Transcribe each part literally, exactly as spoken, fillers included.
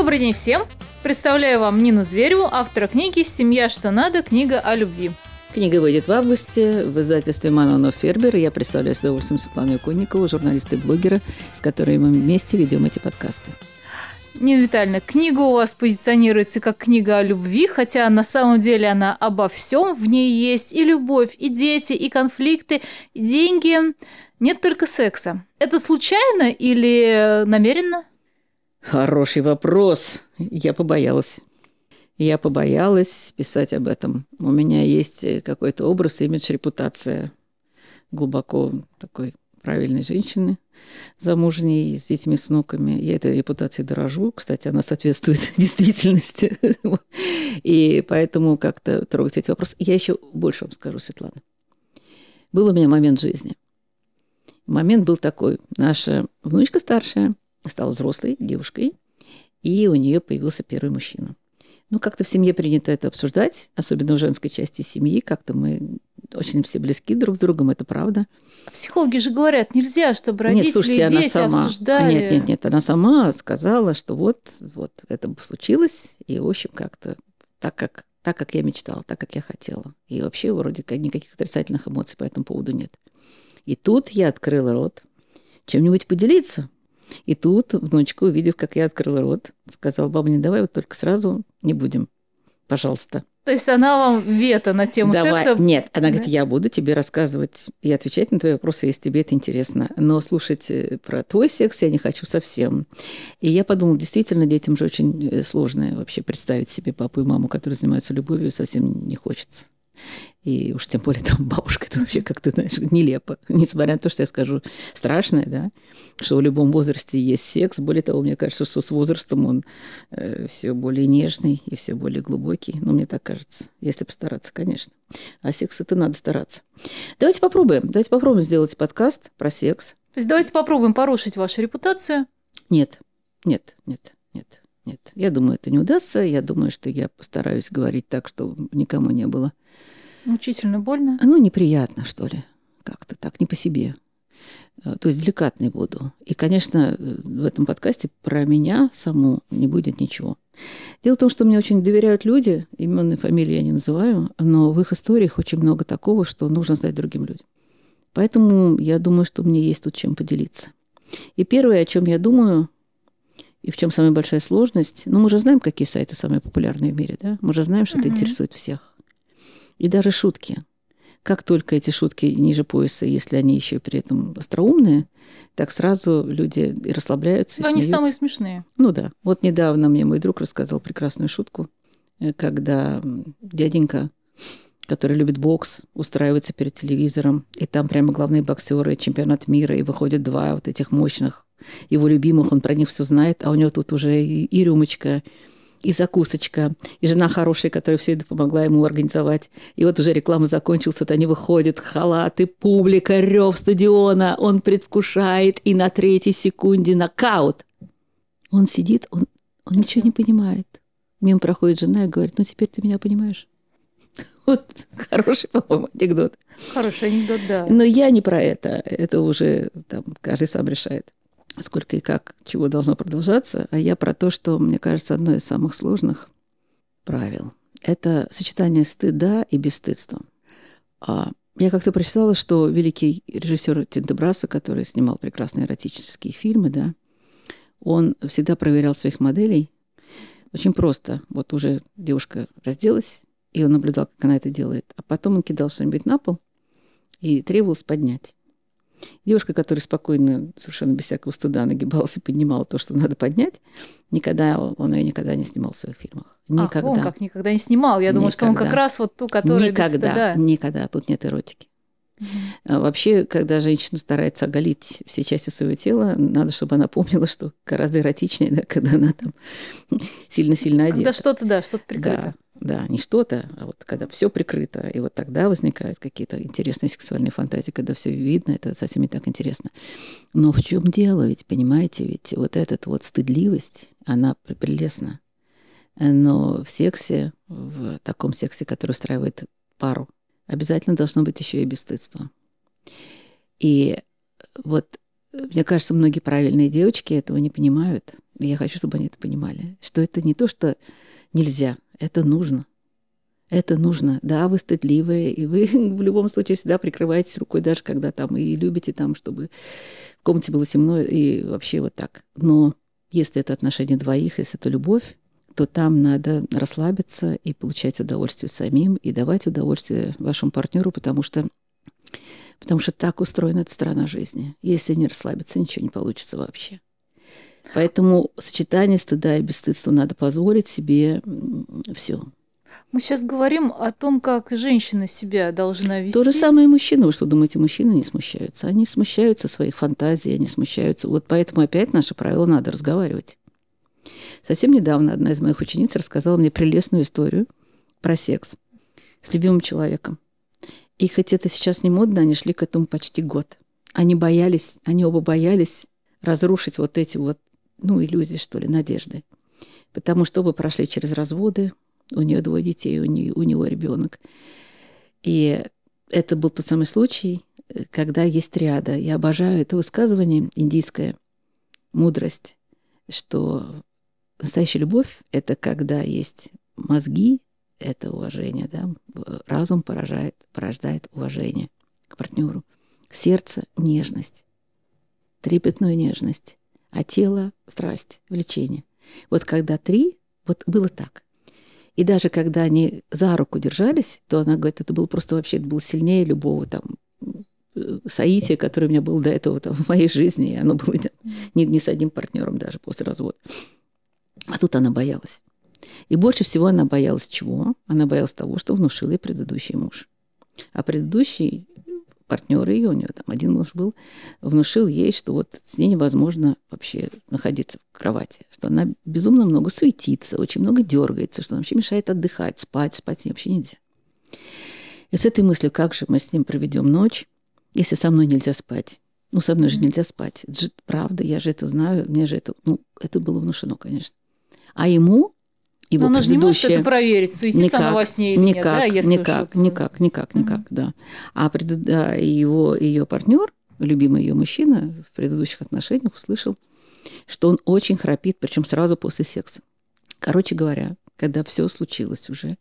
Добрый день всем! Представляю вам Нину Звереву, автора книги «Семья, что надо. Книга о любви». Книга выйдет в августе в издательстве Манон Фербер. Я представляю с удовольствием Светлану Иконникову, журналиста и блогера, с которой мы вместе ведем эти подкасты. Нина Витальевна, книга у вас позиционируется как книга о любви, хотя на самом деле она обо всем. В ней есть и любовь, и дети, и конфликты, и деньги. Нет только секса. Это случайно или намеренно? Хороший вопрос. Я побоялась. Я побоялась писать об этом. У меня есть какой-то образ, имидж, репутация глубоко такой правильной женщины, замужней, с детьми, с внуками. Я этой репутацией дорожу. Кстати, она соответствует действительности. И поэтому как-то трогать эти вопросы. Я еще больше вам скажу, Светлана. Был у меня момент в жизни. Момент был такой. Наша внучка старшая стала взрослой девушкой, и у нее появился первый мужчина. Ну, как-то в семье принято это обсуждать, особенно в женской части семьи. Как-то мы очень все близки друг с другом, это правда. А психологи же говорят, нельзя, чтобы родители нет, слушайте, и дети она сама, обсуждали. Нет, нет, нет, она сама сказала, что вот, вот это случилось, и, в общем, как-то так, как, так, как я мечтала, так, как я хотела. И вообще вроде как никаких отрицательных эмоций по этому поводу нет. И тут я открыла рот чем-нибудь поделиться. И тут внучка, увидев, как я открыла рот, сказала: баба, не давай, вот только сразу не будем, пожалуйста. То есть она вам вето на тему давай. секса? Нет, она да? говорит, я буду тебе рассказывать и отвечать на твои вопросы, если тебе это интересно. Но слушать про твой секс я не хочу совсем. И я подумала, действительно, детям же очень сложно вообще представить себе папу и маму, которые занимаются любовью, совсем не хочется. И уж тем более там бабушка, это вообще как-то, знаешь, нелепо. Несмотря на то, что я скажу страшное, да, что в любом возрасте есть секс. Более того, мне кажется, что с возрастом он э, все более нежный и все более глубокий. Ну, мне так кажется, если постараться, конечно. А секс это надо стараться. Давайте попробуем. Давайте попробуем сделать подкаст про секс. То есть давайте попробуем порушить вашу репутацию. Нет, нет, нет, нет, нет. Я думаю, это не удастся. Я думаю, что я постараюсь говорить так, чтобы никому не было мучительно больно? Ну, неприятно, что ли. Как-то так, не по себе. То есть деликатной буду. И, конечно, в этом подкасте про меня саму не будет ничего. Дело в том, что мне очень доверяют люди, имен и фамилии я не называю, но в их историях очень много такого, что нужно знать другим людям. Поэтому я думаю, что мне есть тут чем поделиться. И первое, о чем я думаю, и в чем самая большая сложность, ну, мы же знаем, какие сайты самые популярные в мире, да? Мы же знаем, что это интересует всех. И даже шутки. Как только эти шутки ниже пояса, если они еще при этом остроумные, так сразу люди и расслабляются, и они смеются. самые смешные. Ну да. Вот недавно мне мой друг рассказал прекрасную шутку, когда дяденька, который любит бокс, устраивается перед телевизором, и там прямо главные боксеры, чемпионат мира, и выходят два вот этих мощных его любимых, он про них все знает, а у него тут уже и, и рюмочка, и закусочка, и жена хорошая, которая все это помогла ему организовать. И вот уже реклама закончилась, вот они выходят, халаты, публика, рев стадиона, он предвкушает, и на третьей секунде нокаут. Он сидит, он, он ничего не понимает. Мимо проходит жена и говорит: ну, теперь ты меня понимаешь. Вот хороший, по-моему, анекдот. Хороший анекдот, да. Но я не про это. Это уже там каждый сам решает, сколько и как, чего должно продолжаться. А я про то, что, мне кажется, одно из самых сложных правил – это сочетание стыда и бесстыдства. А я как-то прочитала, что великий режиссер Тинто Брассо, который снимал прекрасные эротические фильмы, да, он всегда проверял своих моделей очень просто. Вот уже девушка разделась, и он наблюдал, как она это делает. А потом он кидал что-нибудь на пол и требовалось поднять. Девушка, которая спокойно, совершенно без всякого стыда нагибалась и поднимала то, что надо поднять, никогда, он ее никогда не снимал в своих фильмах. Никогда. Ах, он как никогда не снимал. Я думала, что он как раз вот ту, которая никогда, без стыда. Никогда. Тут нет эротики. Угу. А вообще, когда женщина старается оголить все части своего тела, надо, чтобы она помнила, что гораздо эротичнее, да, когда она там сильно-сильно одета. Когда что-то, да, что-то прикрыто. Да. Да, не что-то, а вот когда все прикрыто, и вот тогда возникают какие-то интересные сексуальные фантазии, когда все видно, это совсем не так интересно. Но в чем дело, ведь, понимаете, ведь вот эта вот стыдливость, она прелестна. Но в сексе, в таком сексе, который устраивает пару, обязательно должно быть еще и бесстыдство. И вот, мне кажется, многие правильные девочки этого не понимают. И я хочу, чтобы они это понимали, что это не то, что нельзя, это нужно. Это нужно. Да, вы стыдливые, и вы в любом случае всегда прикрываетесь рукой, даже когда там и любите там, чтобы в комнате было темно и вообще вот так. Но если это отношение двоих, если это любовь, то там надо расслабиться и получать удовольствие самим, и давать удовольствие вашему партнеру, потому что, потому что так устроена эта сторона жизни. Если не расслабиться, ничего не получится вообще. Поэтому сочетание стыда и бесстыдства надо позволить себе все. Мы сейчас говорим о том, как женщина себя должна вести. То же самое и мужчины. Вы что думаете, мужчины не смущаются? Они смущаются своих фантазий, они смущаются. Вот поэтому опять наше правило: надо разговаривать. Совсем недавно одна из моих учениц рассказала мне прелестную историю про секс с любимым человеком. И хоть это сейчас не модно, они шли к этому почти год. Они боялись, они оба боялись разрушить вот эти вот, ну, иллюзии, что ли, надежды. Потому что оба прошли через разводы, у нее двое детей, у, нее, у него ребенок. И это был тот самый случай, когда есть триада. Я обожаю это высказывание, индийская мудрость, что настоящая любовь – это когда есть мозги, это уважение, да? Разум поражает, порождает уважение к партнеру, сердце – нежность, трепетную нежность, а тело – страсть, влечение. Вот когда три, вот было так. И даже когда они за руку держались, то она говорит, это было просто вообще, это было сильнее любого там соития, которое у меня было до этого там, в моей жизни. И оно было не, не с одним партнером даже после развода. А тут она боялась. И больше всего она боялась чего? Она боялась того, что внушил ей предыдущий муж. А предыдущий партнер ее, у нее там один муж был, внушил ей, что вот с ней невозможно вообще находиться в кровати, что она безумно много суетится, очень много дергается, что она вообще мешает отдыхать, спать, спать с ней вообще нельзя. И с этой мыслью, как же мы с ним проведем ночь, если со мной нельзя спать? Ну, со мной же нельзя спать. Это же правда, я же это знаю, мне же это... Ну, это было внушено, конечно. А ему... Его Но она же не может это предыдущее- проверить, суетится Никак, она во сне или никак, нет, да, если никак, уж вот- никак, никак, никак, да. А пред- да, и его ее партнер, любимый ее мужчина в предыдущих отношениях услышал, что он очень храпит, причем сразу после секса. Короче говоря, когда все случилось уже,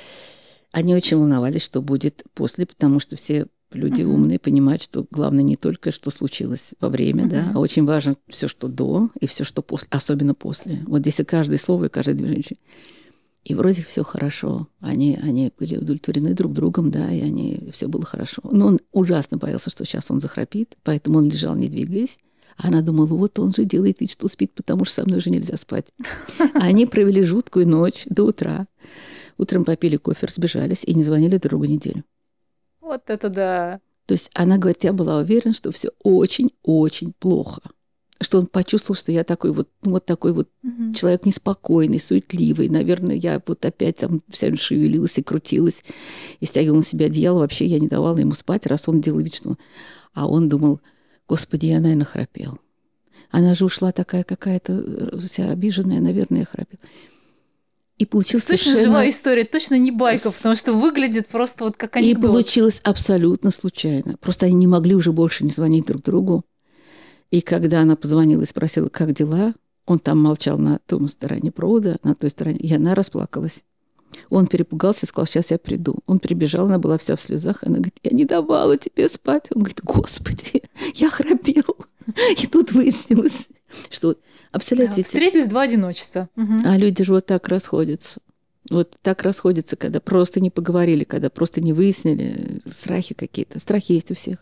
они очень волновались, что будет после, потому что все люди Мгм. умные понимают, что главное не только, что случилось во время, да, Мгм. а очень важно все, что до, и все, что после, особенно после. Вот здесь и каждое слово, и каждое движение. И вроде все хорошо. Они, они были удовлетворены друг другом, да, и они все было хорошо. Но он ужасно боялся, что сейчас он захрапит, поэтому он лежал, не двигаясь. А она думала, вот он же делает вид, что спит, потому что со мной же нельзя спать. А они провели жуткую ночь до утра. Утром попили кофе, разбежались и не звонили друг другу неделю. Вот это да. То есть она говорит, я была уверена, что все очень-очень плохо. Что он почувствовал, что я такой вот, ну, вот такой вот Мгм. человек неспокойный, суетливый. Наверное, я вот опять там вся шевелилась и крутилась, и стягивала на себя одеяло. Вообще я не давала ему спать, раз он делал вид, что... А он думал, господи, я, наверное, храпел. Она же ушла такая какая-то вся обиженная, наверное, я храпел. И получилось Это точно совершенно... живая история, точно не байка, С- потому что выглядит просто вот как И анекдот. получилось абсолютно случайно. Просто они не могли уже больше не звонить друг другу. И когда она позвонила и спросила, как дела, он там молчал на том стороне провода, на той стороне, и она расплакалась. Он перепугался и сказал, сейчас я приду. Он прибежал, она была вся в слезах. Она говорит, я не давала тебе спать. Он говорит, господи, я храпел. И тут выяснилось, что... А представляете, Да, ведь- встретились два одиночества. Мгм. а люди же вот так расходятся. Вот так расходятся, когда просто не поговорили, когда просто не выяснили страхи какие-то. Страхи есть у всех.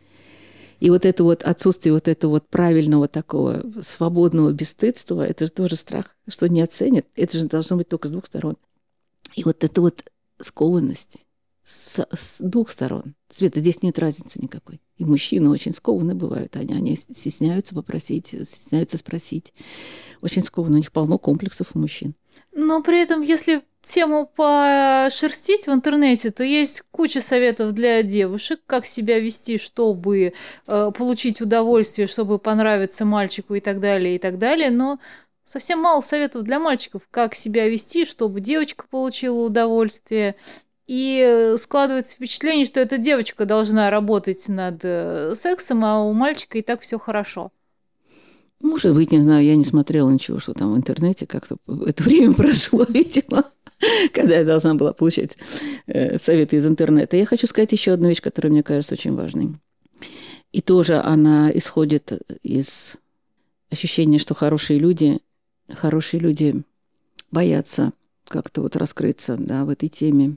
И вот это вот отсутствие вот этого вот правильного такого свободного бесстыдства, это же тоже страх, что не оценят. Это же должно быть только с двух сторон. И вот эта вот скованность с, с двух сторон. Света, здесь нет разницы никакой. И мужчины очень скованы бывают. Они, они стесняются попросить, стесняются спросить. Очень скованы. У них полно комплексов у мужчин. Но при этом, если тему пошерстить в интернете, то есть куча советов для девушек, как себя вести, чтобы э, получить удовольствие, чтобы понравиться мальчику и так далее, и так далее. Но совсем мало советов для мальчиков, как себя вести, чтобы девочка получила удовольствие. И э, складывается впечатление, что эта девочка должна работать над э, сексом, а у мальчика и так все хорошо. Может быть, не знаю, я не смотрела ничего, что там в интернете, как-то это время прошло, видимо, когда я должна была получать э, советы из интернета. Я хочу сказать еще одну вещь, которая мне кажется очень важной. И тоже она исходит из ощущения, что хорошие люди, хорошие люди боятся как-то вот раскрыться, да, в этой теме.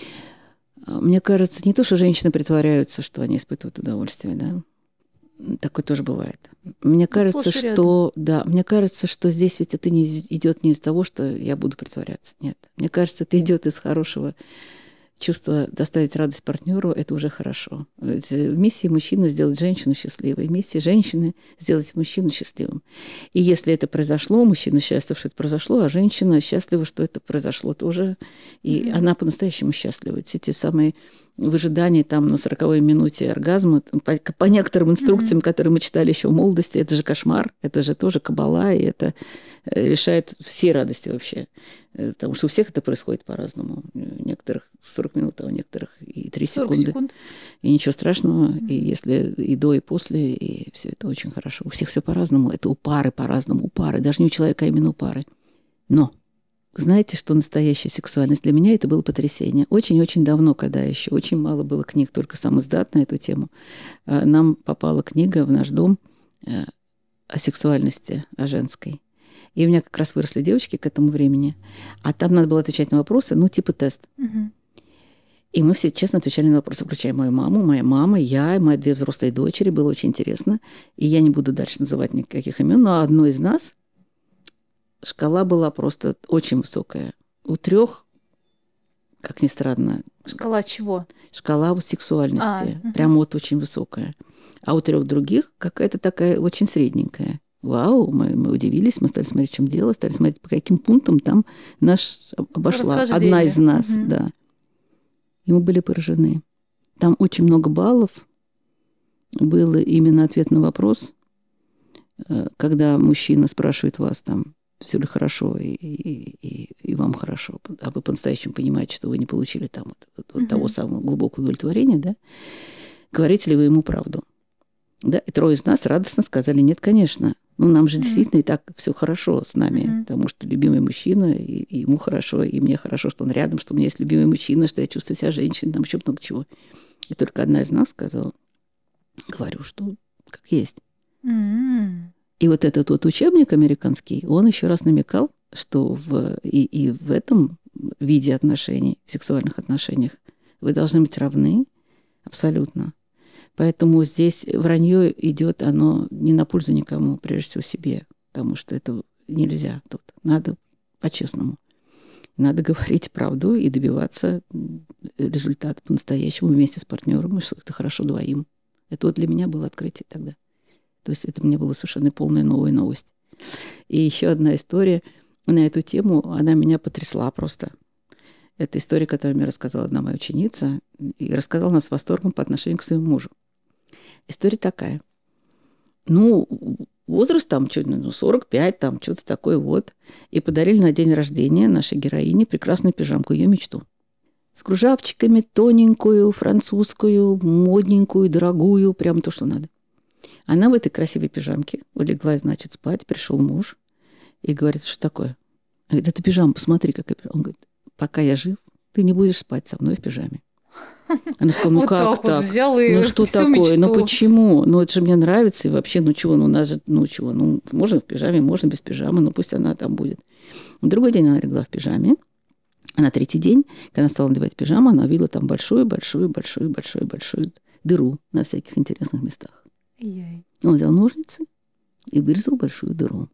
Мне кажется, не то, что женщины притворяются, что они испытывают удовольствие, да. Такое тоже бывает. Мне кажется, что да, мне кажется, что здесь ведь это не идет не из того, что я буду притворяться. Нет. Мне кажется, это идет из хорошего чувства доставить радость партнеру, это уже хорошо. Ведь миссия мужчины сделать женщину счастливой, миссия женщины сделать мужчину счастливым. И если это произошло, мужчина счастлив, что это произошло, а женщина счастлива, что это произошло тоже, и mm-hmm. она по-настоящему счастлива. Все те самые в ожидании там на сороковой минуте оргазма, по, по некоторым инструкциям, mm-hmm. которые мы читали еще в молодости, это же кошмар, это же тоже кабала, и это решает все радости вообще. Потому что у всех это происходит по-разному. У некоторых сорок минут, а у некоторых и три секунды. секунд. И ничего страшного. Mm-hmm. И если и до, и после, и все это очень хорошо. У всех все по-разному. Это у пары по-разному, у пары. Даже не у человека, а именно у пары. Но знаете, что настоящая сексуальность? Для меня это было потрясение. Очень-очень давно, когда еще очень мало было книг, только сам издат на эту тему, нам попала книга в наш дом о сексуальности, о женской. И у меня как раз выросли девочки к этому времени. А там надо было отвечать на вопросы, ну, типа тест. Угу. И мы все честно отвечали на вопросы, включая мою маму, моя мама, я, и мои две взрослые дочери. Было очень интересно. И я не буду дальше называть никаких имен, но одной из нас шкала была просто очень высокая. У трех, как ни странно... Шкала чего? Шкала вот сексуальности. А, угу. Прям вот очень высокая. А у трех других какая-то такая очень средненькая. Вау, мы, мы удивились, мы стали смотреть, в чем дело, стали смотреть, по каким пунктам там наш обошла одна из нас, угу. да. И мы были поражены. Там очень много баллов было именно ответ на вопрос, когда мужчина спрашивает вас там, все ли хорошо, и, и, и, и вам хорошо, а вы по-настоящему понимаете, что вы не получили там вот, вот, вот угу. того самого глубокого удовлетворения, да, говорите ли вы ему правду? Да, и трое из нас радостно сказали: нет, конечно. Ну, нам же mm-hmm. действительно и так все хорошо с нами, mm-hmm. потому что любимый мужчина, и, и ему хорошо, и мне хорошо, что он рядом, что у меня есть любимый мужчина, что я чувствую себя женщиной, там еще много чего. И только одна из нас сказала: говорю, что как есть. Mm-hmm. И вот этот вот учебник американский, он еще раз намекал, что в, и, и в этом виде отношений, в сексуальных отношениях, вы должны быть равны абсолютно. Поэтому здесь вранье идет, оно не на пользу никому, прежде всего себе, потому что это нельзя тут. Надо по-честному. Надо говорить правду и добиваться результата по-настоящему вместе с партнером, и что это хорошо двоим. Это вот для меня было открытие тогда. То есть это мне была совершенно полная новая новость. И еще одна история на эту тему, она меня потрясла просто. Это история, которую мне рассказала одна моя ученица, и рассказала она с восторгом по отношению к своему мужу. История такая. Ну, возраст там ну, сорок пять, там что-то такое вот. И подарили на день рождения нашей героине прекрасную пижамку, ее мечту. С кружавчиками, тоненькую, французскую, модненькую, дорогую, прям то, что надо. Она в этой красивой пижамке улегла, значит, спать. Пришел муж и говорит: что такое? Она говорит: это пижама, посмотри, какая пижама. Он говорит: пока я жив, ты не будешь спать со мной в пижаме. Она сказала: ну вот как так? так? Вот взял и ну что такое? Мечту. Ну почему? Ну это же мне нравится. И вообще, ну чего? Ну у нас же, ну чего? Ну можно в пижаме, можно без пижамы, но пусть она там будет. На другой день она легла в пижаме. А на третий день, когда она стала надевать пижаму, она увидела там большую-большую-большую-большую-большую дыру на всяких интересных местах. Ей. Он взял ножницы и вырезал большую дыру.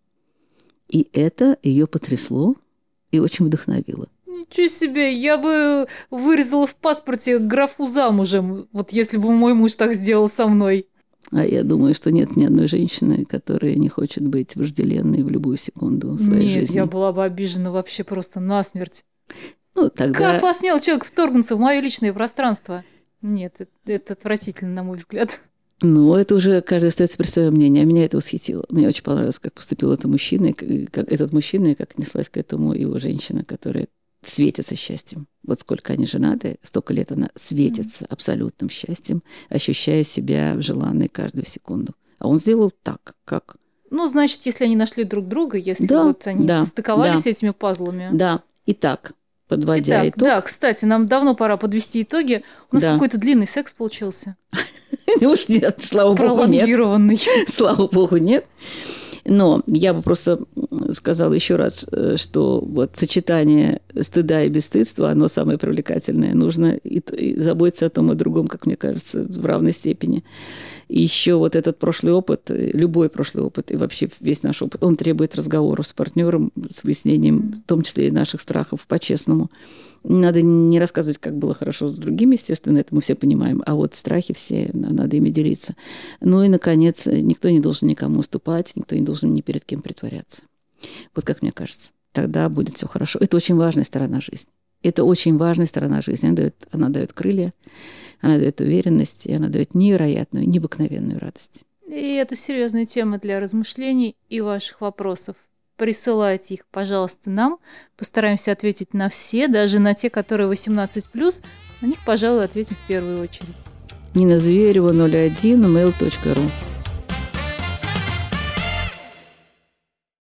И это ее потрясло и очень вдохновило. Ничего себе, я бы вырезала в паспорте графу замужем, вот если бы мой муж так сделал со мной. А я думаю, что нет ни одной женщины, которая не хочет быть вожделенной в любую секунду своей нет, жизни. Нет, я была бы обижена вообще просто насмерть. Ну, тогда... Как посмел человек вторгнуться в мое личное пространство? Нет, это, это отвратительно, на мой взгляд. Ну, это уже каждый остается при своем мнении. А меня это восхитило. Мне очень понравилось, как поступил этот мужчина, как этот мужчина, и как отнеслась к этому его женщина, которая светится счастьем. Вот сколько они женаты, столько лет она светится абсолютным счастьем, ощущая себя желанной каждую секунду. А он сделал так, как... Ну, значит, если они нашли друг друга, если Да, вот они да, состыковались да. этими пазлами. Да. Итак, подводя Итак, итог. да, кстати, нам давно пора подвести итоги. У нас Да. какой-то длинный секс получился. Уж нет, слава богу, нет. Пролонгированный. Слава богу, нет. Но я бы просто сказала еще раз, что вот сочетание стыда и бесстыдства, оно самое привлекательное. Нужно и, и заботиться о том и другом, как мне кажется, в равной степени. И еще вот этот прошлый опыт, любой прошлый опыт и вообще весь наш опыт, он требует разговора с партнером, с выяснением, в том числе и наших страхов, по-честному. Надо не рассказывать, как было хорошо с другими, естественно, это мы все понимаем, а вот страхи все, надо ими делиться. Ну и, наконец, никто не должен никому уступать, никто не должен ни перед кем притворяться. Вот как мне кажется. Тогда будет все хорошо. Это очень важная сторона жизни. Это очень важная сторона жизни. Она дает, она дает крылья, она дает уверенность, и она дает невероятную, необыкновенную радость. И это серьезная тема для размышлений и ваших вопросов. Присылайте их, пожалуйста, нам. Постараемся ответить на все, даже на те, которые восемнадцать плюс. На них, пожалуй, ответим в первую очередь. Нина Зверева, ноль один, mail точка ру.